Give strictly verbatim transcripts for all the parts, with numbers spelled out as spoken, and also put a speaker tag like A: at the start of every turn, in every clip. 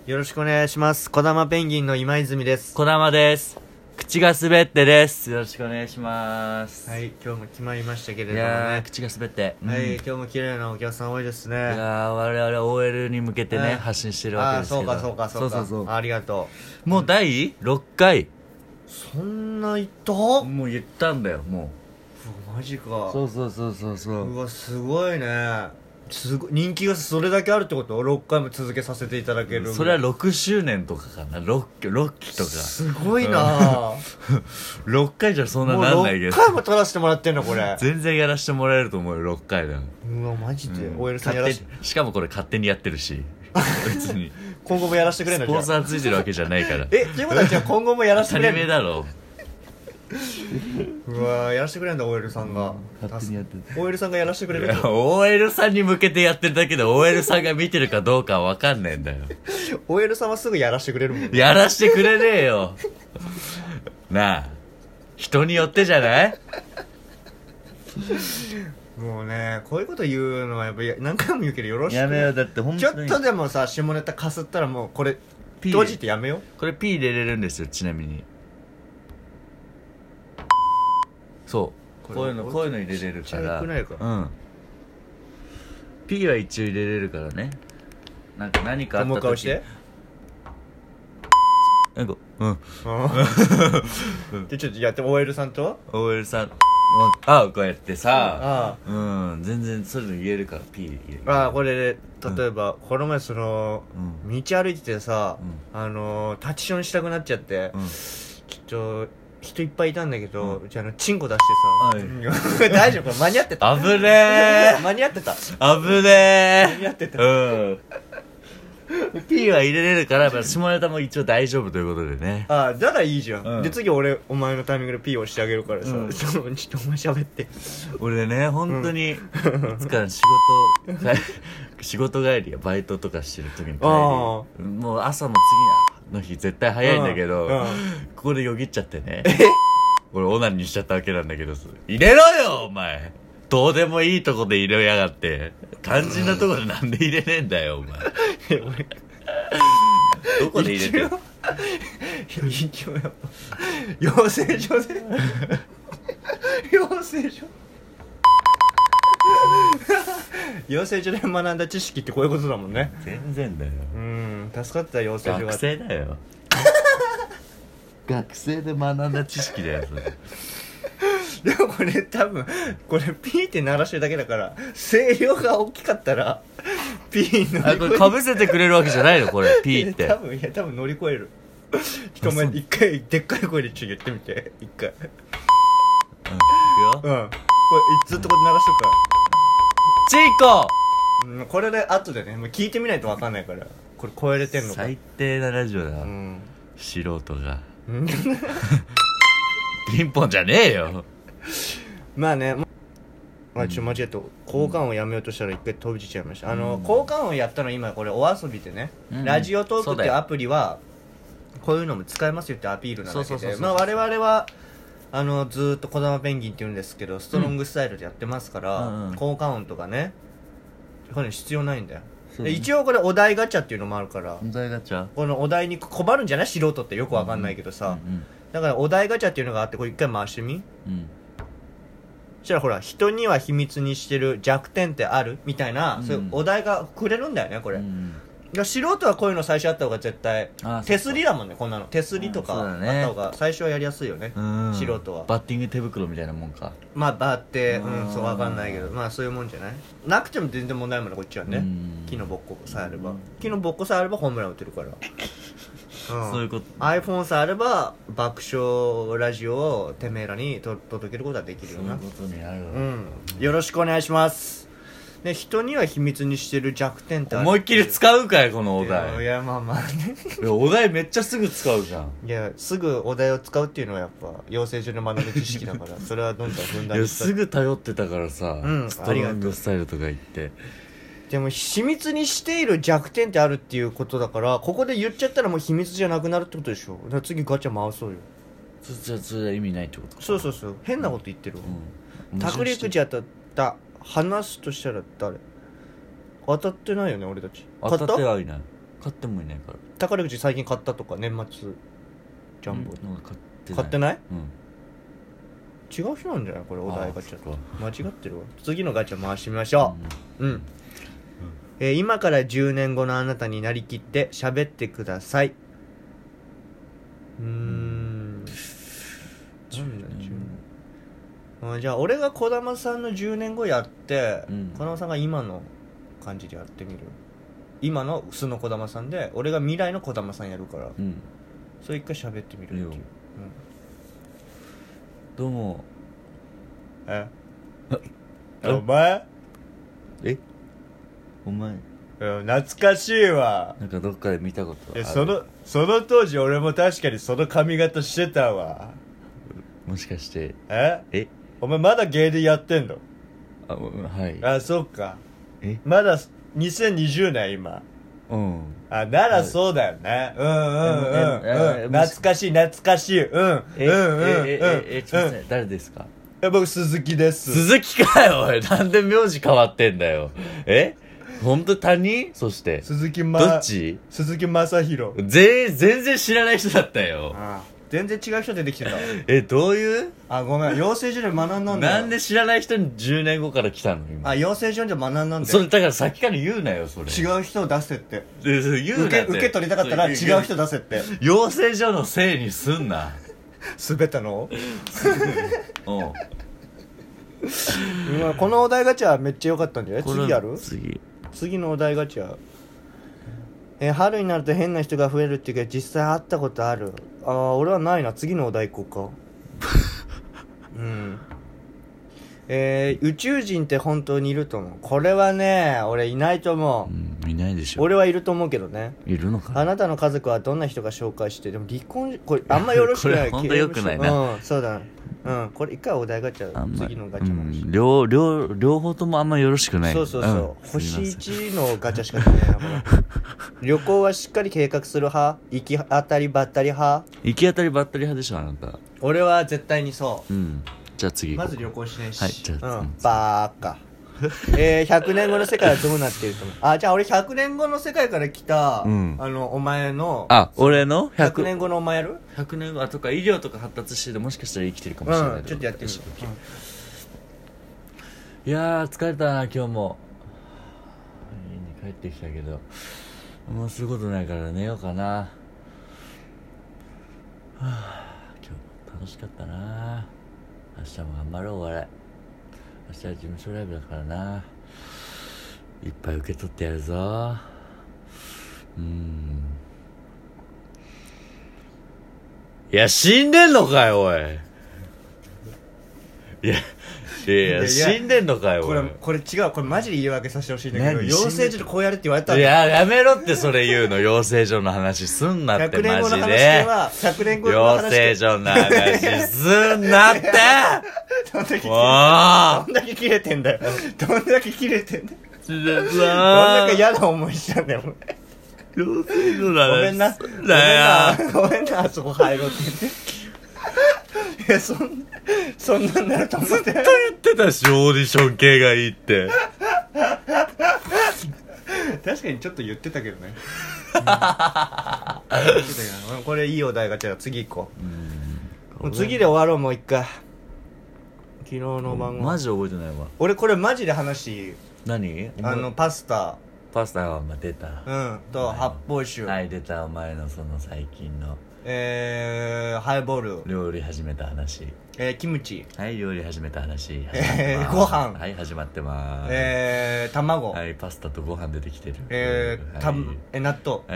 A: よろしくお願いします。小玉ペンギンの今泉です。
B: 小玉です。口が滑ってです。よろしくお願いします。
A: はい、今日も決まりましたけれども
B: いや
A: ね
B: ー、口が滑って、
A: はい、
B: うん、
A: 今日も綺麗なお客さん多いですね。い
B: やー、我々 オーエル に向けてね、
A: うん
B: 発信してるわけですけど。
A: あー、そうかそうかそうか、
B: そうそうそう。
A: ありがと
B: もうだいろっかい。
A: そんな言ったう
B: もう言ったんだよ、も
A: わ、マジか。
B: う。そうそうそうそうそう
A: うわ、すごいね。すごい人気がそれだけあるってこと？ろっかいも続けさせていただける。
B: それはろくしゅうねんとかかな。 ろっ, ろっきとか
A: すごいな
B: ろっかいじゃそんな
A: もう
B: なんないけど
A: ろっかいも撮らせてもらってんのこれ。
B: 全然やらせてもらえると思うよ、ろっかいだよ。
A: うわ、マジで、
B: うん、
A: オーエル さんやらし
B: しかもこれ勝手にやってるし別に
A: 今後もやらせてくれんの？
B: スポンサーついてるわけじゃないから
A: え、自分たちは今後もやらせ
B: 当た
A: てくれんの？
B: り前だろ。
A: うわー、やらせてくれんだ オーエル さんが。
B: 勝手にやってる。
A: オーエル さんがやらせてくれる。
B: いや オーエル さんに向けてやってるだけで オーエル さんが見てるかどうかは分かんねえんだよ。
A: オーエル さんはすぐやらせてくれるもんね。
B: やらしてくれねえよなあ、人によってじゃない？
A: もうね、こういうこと言うのはやっぱり何回も言うけどよろしく。
B: やめよう。だって本
A: ちょ
B: 当に
A: っとでもさ、下ネタかすったらもうこれ
B: P
A: 閉じてやめよう。
B: これ P 入れれるんですよ、ちなみに。そうこういうのこういうの入れれるか
A: ちっちゃ
B: ら。
A: くないか
B: うん P は一応入れれるからね。なんか何かあった時
A: もう一回押して
B: なんかうん
A: で、ちょっとやって オーエル さんと
B: オーエル さんあこうやってさ、
A: あ
B: うん全然そういうの言えるから P 入れる。
A: ああ、これで例えば、この前その
B: うん
A: 道歩いててさ、
B: う
A: あのー、立ちションしたくなっちゃって、
B: うん
A: きっと人いっぱいいたんだけど、
B: う
A: うちあのチンコ出してさ、
B: はい
A: 大丈夫？これ間に合ってた？
B: 危ね
A: 間に合ってた？
B: ー危ね
A: 間に合ってた。
B: ーうんP は入れれるから、まあ下ネタも一応大丈夫ということでね。
A: ああ、だからいいじゃん、
B: うん
A: で次俺お前のタイミングで P をしてあげるからさ、
B: うん
A: ちょっとお前喋って。
B: 俺ね本当に、いつか仕事仕事帰りやバイトとかしてる時に帰り、
A: あ
B: もう朝も次の日絶対早いんだけど、
A: うんうん
B: ここでよぎっちゃってね、俺オナニーしちゃったわけなんだけど、入れろよお前、どうでもいいとこで入れやがって、肝心なとこでなんで入れねえんだよお前どこで入れてる？
A: 一応やっぱ養成所で養成所養成所で学んだ知識ってこういうことだもんね。
B: 全然だよ。
A: うん、助かってた養成所が。
B: 学生だよ学生で学んだ知識だよそれ。
A: でもこれ多分これピーって鳴らしてるだけだから、声量が大きかったらピー乗
B: あ、
A: り越え
B: これかぶせてくれるわけじゃないのこれ P って。
A: 多分いや多分乗り越える。ちょっとお前一回でっかい声でちょっと言ってみて一回。
B: うん、いくよ。
A: うん、これずっとこう鳴らしとくから。
B: チーコ
A: うん、これで後でね、もう聞いてみないと分かんないから、これ超えれてんのか。
B: 最低なラジオだ、
A: うん、
B: 素人が
A: うん
B: ピンポンじゃねえよ。
A: まあね、まあ、ちょっと間違えて交換音やめようとしたら一回飛びちゃいました、あの
B: うん
A: 交換音やったの今これお遊びでね、
B: うん
A: ラジオトークっていう
B: そうだよ
A: アプリはこういうのも使えますよってアピールなだけ
B: そうそうそうそう
A: で、まあ我々はあのずーっと小玉ペンギンって言うんですけどストロングスタイルでやってますから、
B: うんうん
A: 交換音とかねこれ必要ないんだよ、
B: そうね
A: で一応これお題ガチャっていうのもあるから、
B: お題ガチャ。
A: このお題に困るんじゃない？素人ってよくわかんないけどさ、
B: うん
A: だからお題ガチャっていうのがあって、これ一回回してみ。
B: うん、うん
A: そしたらほら、人には秘密にしてる弱点ってあるみたいな、
B: うん
A: そういうお題がくれるんだよねこれ、
B: うん
A: いや素人はこういうの最初あった方が絶対
B: あ、
A: 手すりだもんね、こんなの手すりとかあっ
B: うんそうだね
A: た方が最初はやりやすいよね、
B: うん
A: 素人は。
B: バッティング手袋みたいなもんか。
A: まあバーってう
B: うん
A: んそうわかんないけど、まあそういうもんじゃない。なくても全然問題もないこっちはね、
B: うん
A: 木のぼっこさえあれば、
B: うん
A: 木のぼっこさえあればホームラン打てるから、うん
B: そういうこと。
A: iPhone さえあれば爆笑ラジオをてめえらにと届けることができるよな。
B: そういうことになるわ、
A: うん、よろしくお願いします。で、人には秘密にしてる弱点ってある。
B: 思いっきり使うかいこのお
A: いや
B: 題。
A: いやまあまあね
B: いやお題めっちゃすぐ使うじゃん。
A: いやすぐお題を使うっていうのはやっぱ養成所で学ぶ知識だからそれはどんどんふんだ
B: いや
A: んに使
B: すぐ頼ってたからさ、
A: うん
B: ストロングスタイルとか言って。
A: でも秘密にしている弱点ってあるっていうことだから、ここで言っちゃったらもう秘密じゃなくなるってことでしょ。だから次ガチャ回そうよ。
B: そじゃそれは意味ないってことか。
A: そうそうそう、変なこと言ってるわ、
B: うん、
A: タリクチ当たった話すとしたら誰？当たってないよね俺たち。
B: 当たってはいない。 買ってもいないから。
A: 宝くじ最近買ったとか、年末ジャンボ、
B: うん、なんか買ってない
A: 買ってない？
B: うん、
A: 違う人なんじゃないこれ、お題ガチャと
B: あ
A: 間違ってるわ。次のガチャ回してみましょう。うん、うん、えー、今からじゅうねんごのあなたになりきって喋ってください。うーん、なんだじゅうねん、あ、じゃあ俺が児玉さんのじゅうねんごやって、
B: うん、
A: 児玉さんが今の感じでやってみる。今の素の児玉さんで俺が未来の児玉さんやるから、うん、それ一回喋ってみるっていう、うん、
B: どうも。
A: えお前
B: えお前
A: 懐かしいわ。
B: なんかどっかで見たことある。
A: そのその当時俺も確かにその髪型してたわ。
B: もしかして
A: え
B: え
A: お前まだ芸でやってんの？
B: あ、はい。
A: あ、そっか。
B: え
A: まだにせんにじゅうねん今。
B: うん。
A: あ、ならそうだよね。うんうんうんうん。懐かしい懐かしい。うんうんうんうん。
B: え、え、え、え、ちょっと待って、誰ですか？
A: え、僕鈴木です。
B: 鈴木かよ、おい。なんで名字変わってんだよ。え本当他人？そして
A: 鈴木ま
B: どっち？
A: 鈴木正宏。
B: 全全然知らない人だったよ。
A: ああ、全然違う人出てきてた。
B: え、どういう？
A: あ、ごめん、養成所で学んだんだよ。
B: なんで知らない人にじゅうねんごから来たの今？
A: あ、養成所で学んだんだよ。
B: それだからさっきから言うなよ、それ。
A: 違う人を出せって。
B: 言うなって。
A: 受け、受け取りたかったら違う人出せって。
B: 養成所のせいにすんな。
A: 滑ったの？
B: うん。
A: このお題ガチャめっちゃ良かったんじゃない？次やる？
B: 次
A: 次のお題ガチャ、えー、春になると変な人が増えるっていうけど実際会ったことある？ああ、俺はないな。次のお題行こうか。うん。えー、宇宙人って本当にいると思う？これはね、俺いないと思う。
B: うん、いないでしょ。
A: 俺はいると思うけどね。
B: いるのか？
A: あなたの家族はどんな人が紹介して？でも離婚、これあんまよろしくない。
B: これ本当良くないな。
A: うん、そうだ。うん、これ一回お題ガチャ、次のガチャも、うん、
B: 両両両方ともあんまよろしくない。
A: そうそうそう、うん、星いちのガチャしか出ないな。これ旅行はしっかり計画する派？行き当たりばったり派？
B: 行き当たりばったり派でしょあなた。
A: 俺は絶対にそう。
B: うん。じゃあ次
A: まず旅行しないし。
B: はい、じゃあ、
A: うん、バーカ。えー、ひゃくねんごの世界はどうなっていると思う？あ、じゃあ俺ひゃくねんごの世界から来た、うん、あのお前の、
B: あ、俺の ひゃく,
A: ひゃくねんごのお前やる？
B: ひゃく 年後、あ、とか医療とか発達しててもしかしたら生きてるかもしれない、
A: うん、ちょっとやってみる、
B: うん、いやー疲れたな今日も。家に帰ってきたけどもうすることないから寝ようかな。はあ、今日も楽しかったな。明日も頑張ろう。お笑い明日は事務所ライブだからな。いっぱい受け取ってやるぞ。うーん。いや死んでんのかよおい。いやいやいや死んでんのかよ。
A: これこれ違う、これマジで言い訳させてほしいんだけど、養成所でこうやれって言われたんだ。
B: いややめろってそれ言うの。養成所の話すんなってマジで。
A: ひゃくねんごの話では
B: 養成所の話すんなって
A: どんだけどんだけ切れてんだよ。どんだけ切れてんだよ。どんだけ嫌な思いしたんだよ。
B: 養成所の話
A: ごめんなごめんなごめんな、あそこ入ろうって言って。いや、そんそんなんなると思ってずっと言
B: ってたし、オーディション系がいいって
A: 確かにちょっと言ってたけどね。うん、言ってたけどこれいいお題が。じゃあ次行こう。うん、もう次で終わろう。もう一回。昨日の晩ご
B: マジ覚えてないわ。
A: 俺これマジで話していい？
B: 何？
A: あのパスタ
B: パスタが出た。
A: うんと発泡酒。
B: はい、出た。お前のその最近の
A: えー、ハイボール。
B: 料理始めた話。
A: えー、キムチ。
B: はい、料理始めた話。
A: えー、ご飯。
B: はい、始まってまーす。
A: えー、卵。
B: はい、パスタとご飯出てきてる。
A: えー、た、はい、え、納豆。
B: はい、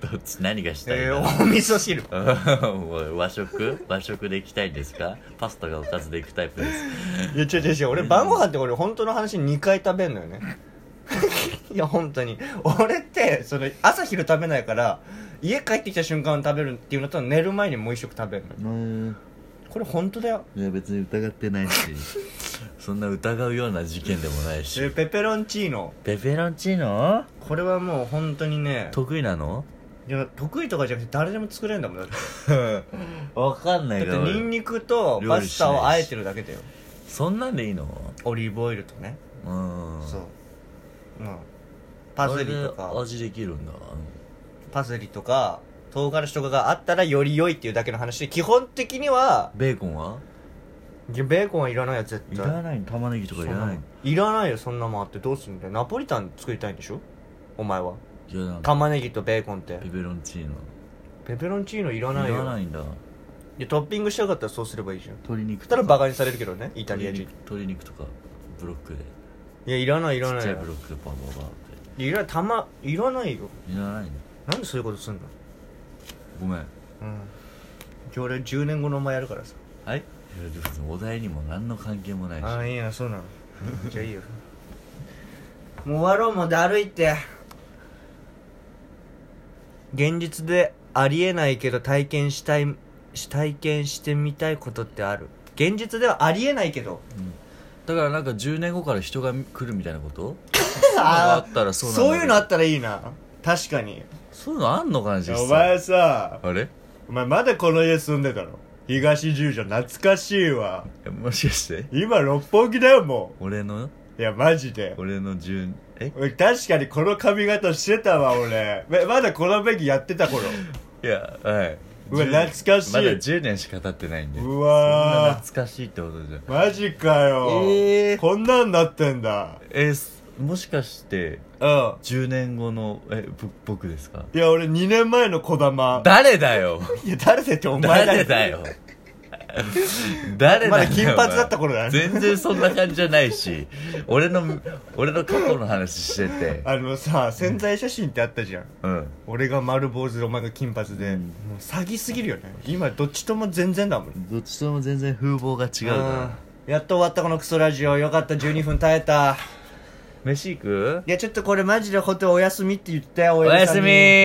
B: どっち、何がしたいの？
A: えー、お味噌汁。
B: 和食和食で行きたいんですか？パスタがおかずで行くタイプです。
A: いや、違う違う違う。俺、晩ご飯って俺、本当の話にかい食べんのよね。いや、本当に。俺って、その、朝昼食べないから、家帰ってきた瞬間食べるっていうのと寝る前にもう一食食べるの。うんこれ本当だよ。
B: いや別に疑ってないしそんな疑うような事件でもないし。
A: ペペロンチーノ。
B: ペペロンチーノ？
A: これはもう本当にね。
B: 得意なの？
A: いや得意とかじゃなくて誰でも作れるんだもん。だって
B: わかんないけど。
A: だってニンニクとパスタを和えてるだけだよ。
B: そんなんでいいの？
A: オリーブオイルとね。
B: うん。
A: そう。まあパセリとか
B: あれ味できるんだ。
A: パセリとか唐辛子とかがあったらより良いっていうだけの話で、基本的には
B: ベーコンはい
A: やベーコンはいらないよ絶対。
B: いらないの？玉ねぎとかいらないの？
A: いらないよそんなもんあってどうするんだよ。ナポリタン作りたいんでしょお前は。
B: いやなんか
A: 玉ねぎとベーコンって
B: ペペロンチーノ
A: ペペロンチーノいらないよ。
B: いらないんだ。
A: でトッピングしたかったらそうすればいいじゃん。
B: 鶏肉
A: そしたらバカにされるけどねイタリア人。
B: 鶏肉とかブロックで
A: いやいらないい
B: ちっちゃい
A: らないよ。
B: ブロックでパンパンパンって
A: いら玉いらないよ。
B: いらないの？
A: なんでそういうことすんの。
B: ごめん。
A: うん今日俺じゅうねんごのお前やるからさ。
B: はい。いや別にお題にも何の関係もないし。
A: ああいいやそうなのじゃあいいよもう終わろう。もうだるいって。現実でありえないけど体験したい体験してみたいことってある。現実ではありえないけど、
B: うん、だからなんかじゅうねんごから人が来るみたいなこと
A: あ
B: あったらそうなんだけど。
A: そういうのあったらいいな。確かに。
B: そういうのあんのかな実際。
A: お前さ
B: あれ
A: お前まだこの家住んでたの。東十条懐かしいわ。
B: もしかして
A: 今六本木だよも
B: 俺の
A: う。いやマジで
B: 俺のじゅうえ
A: 俺確かにこの髪型してたわ俺。ままだこのベギやってた頃。
B: いやはいう
A: わ懐かしい。
B: まだじゅうねんしか経ってないんで。
A: うわー
B: そんな懐かしいってことじゃん。
A: マジかよ、
B: えー
A: こんなんなってんだ。
B: えーもしかして
A: うん
B: じゅうねんごのえぼ僕ですか？
A: いや俺にねんまえの児玉。
B: 誰だよ
A: いや誰でってお前だよ。
B: 誰だよ誰だよ
A: まだ金髪だった頃だよ。
B: 全然そんな感じじゃないし俺の俺の過去の話してて
A: あのさ宣材写真ってあったじゃん、
B: うん
A: 俺が丸坊主でお前が金髪で、
B: うん
A: もう詐欺すぎるよね。今どっちとも全然だもん。
B: どっちとも全然風貌が違うから
A: うんやっと終わったこのクソラジオ。よかったじゅうにふん耐えた。
B: 飯行く？
A: いやちょっとこれマジでホテルお休みって言ったよ。
B: おやすみ。